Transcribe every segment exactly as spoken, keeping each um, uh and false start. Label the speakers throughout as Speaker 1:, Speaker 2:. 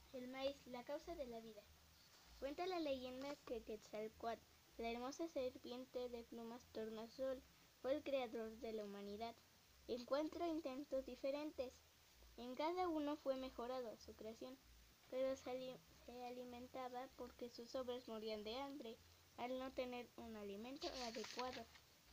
Speaker 1: El maíz, la causa de la vida. Cuenta la leyenda que Quetzalcóatl, la hermosa serpiente de plumas tornasol, fue el creador de la humanidad. En cuatro intentos diferentes, en cada uno fue mejorado su creación, pero se, ali se alimentaba porque sus obras morían de hambre al no tener un alimento adecuado.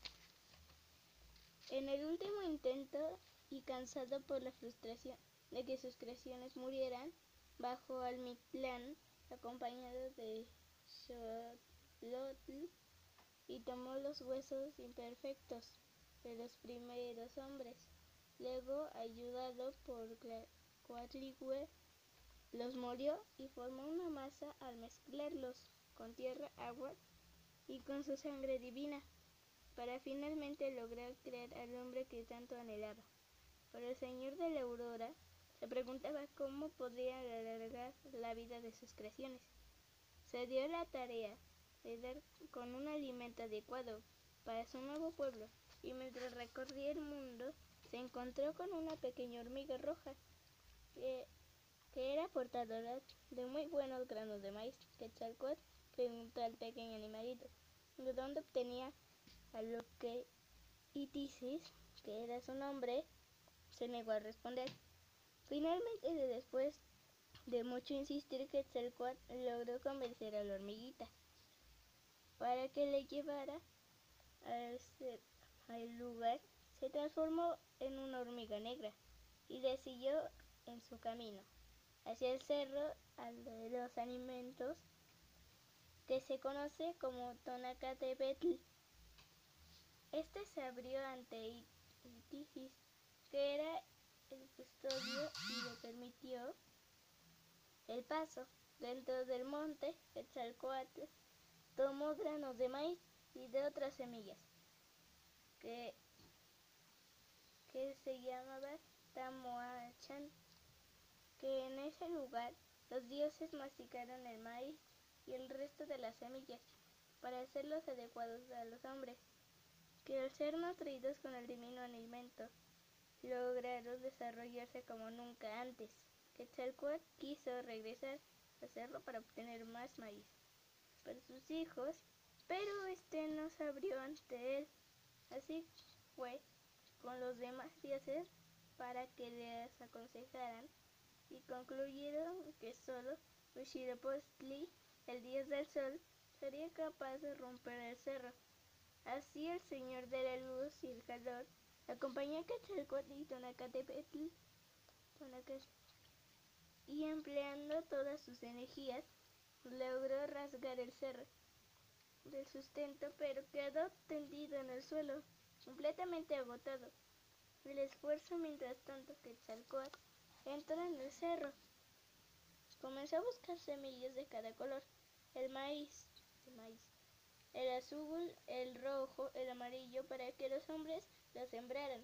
Speaker 1: En el último intento, y cansado por la frustración de que sus creaciones murieran, bajó al Mictlán acompañado de Xolotl y tomó los huesos imperfectos de los primeros hombres. Luego, ayudado por Coatlicue, los molió y formó una masa al mezclarlos con tierra, agua y con su sangre divina, para finalmente lograr crear al hombre que tanto anhelaba. Pero el señor de la aurora se preguntaba cómo podría alargar la vida de sus creaciones. Se dio la tarea de dar con un alimento adecuado para su nuevo pueblo, y mientras recorría el mundo se encontró con una pequeña hormiga roja que, que era portadora de muy buenos granos de maíz. Quetzalcóatl preguntó al pequeño animalito de dónde obtenía a lo que Itisis, que era su nombre, se negó a responder. Finalmente, después de mucho insistir, Quetzalcóatl logró convencer a la hormiguita para que le llevara al lugar. Se transformó en una hormiga negra y decidió en su camino hacia el cerro de los alimentos, que se conoce como Tonacatepetl. Este se abrió ante Itisis, que era el custodio, y le permitió el paso. Dentro del monte, Quetzalcóatl tomó granos de maíz y de otras semillas que, que se llamaba Tamoachan, que en ese lugar los dioses masticaron el maíz y el resto de las semillas para hacerlos adecuados a los hombres, que al ser nutridos con el divino alimento lograron desarrollarse como nunca antes. Quetzalcóatl quiso regresar al cerro para obtener más maíz para sus hijos, pero este no se abrió ante él. Así fue con los demás dioses para que les aconsejaran, y concluyeron que solo Huitzilopochtli, el dios del sol, sería capaz de romper el cerro. Así el señor de la luz y el calor acompañó a Quetzalcóatl y Tonacatepetl, y empleando todas sus energías logró rasgar el cerro del sustento, pero quedó tendido en el suelo, completamente agotado. El esfuerzo, mientras tanto, Quetzalcóatl entró en el cerro. Comenzó a buscar semillas de cada color: el maíz, el maíz, el azul, el rojo, el amarillo, para que los hombres lo sembraran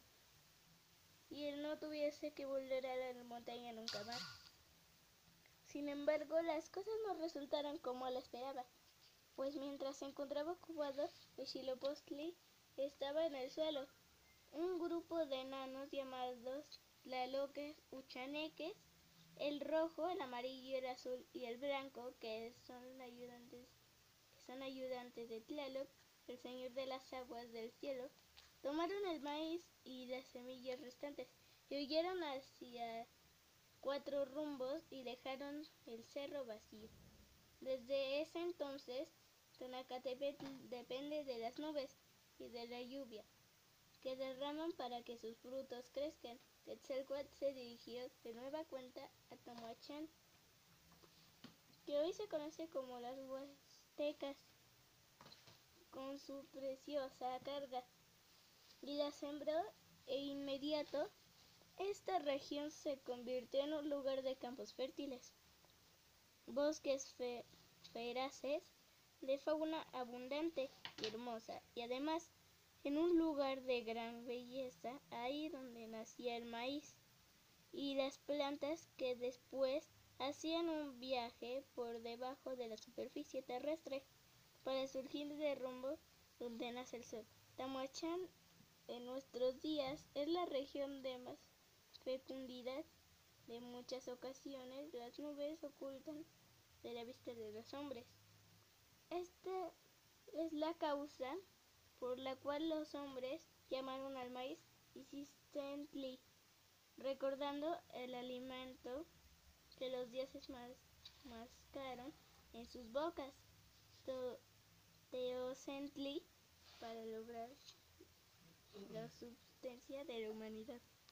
Speaker 1: y él no tuviese que volver a la montaña nunca más. Sin embargo, las cosas no resultaron como él esperaba, pues mientras se encontraba ocupado, Huitzilopochtli estaba en el suelo. Un grupo de enanos llamados Tlaloques Uchaneques, el rojo, el amarillo, el azul y el blanco, que son ayudantes, que son ayudantes de Tlaloc, el señor de las aguas del cielo, tomaron el maíz y las semillas restantes y huyeron hacia cuatro rumbos y dejaron el cerro vacío. Desde ese entonces, Tonacatepetl depende de las nubes y de la lluvia que derraman para que sus frutos crezcan. Quetzalcóatl se dirigió de nueva cuenta a Tamoachan, que hoy se conoce como las Huastecas, con su preciosa carga, y la sembró, e inmediato esta región se convirtió en un lugar de campos fértiles, bosques fe feraces, de fauna abundante y hermosa, y además en un lugar de gran belleza, ahí donde nacía el maíz y las plantas, que después hacían un viaje por debajo de la superficie terrestre para surgir de rumbo donde nace el sol. Tamoachan en nuestros días es la región de más fecundidad De muchas ocasiones las nubes ocultan de la vista de los hombres. Esta es la causa por la cual los hombres llamaron al maíz Isistentli, recordando el alimento que los dioses mas mascaron en sus bocas, Teocentli, para lograr la subsistencia de la humanidad.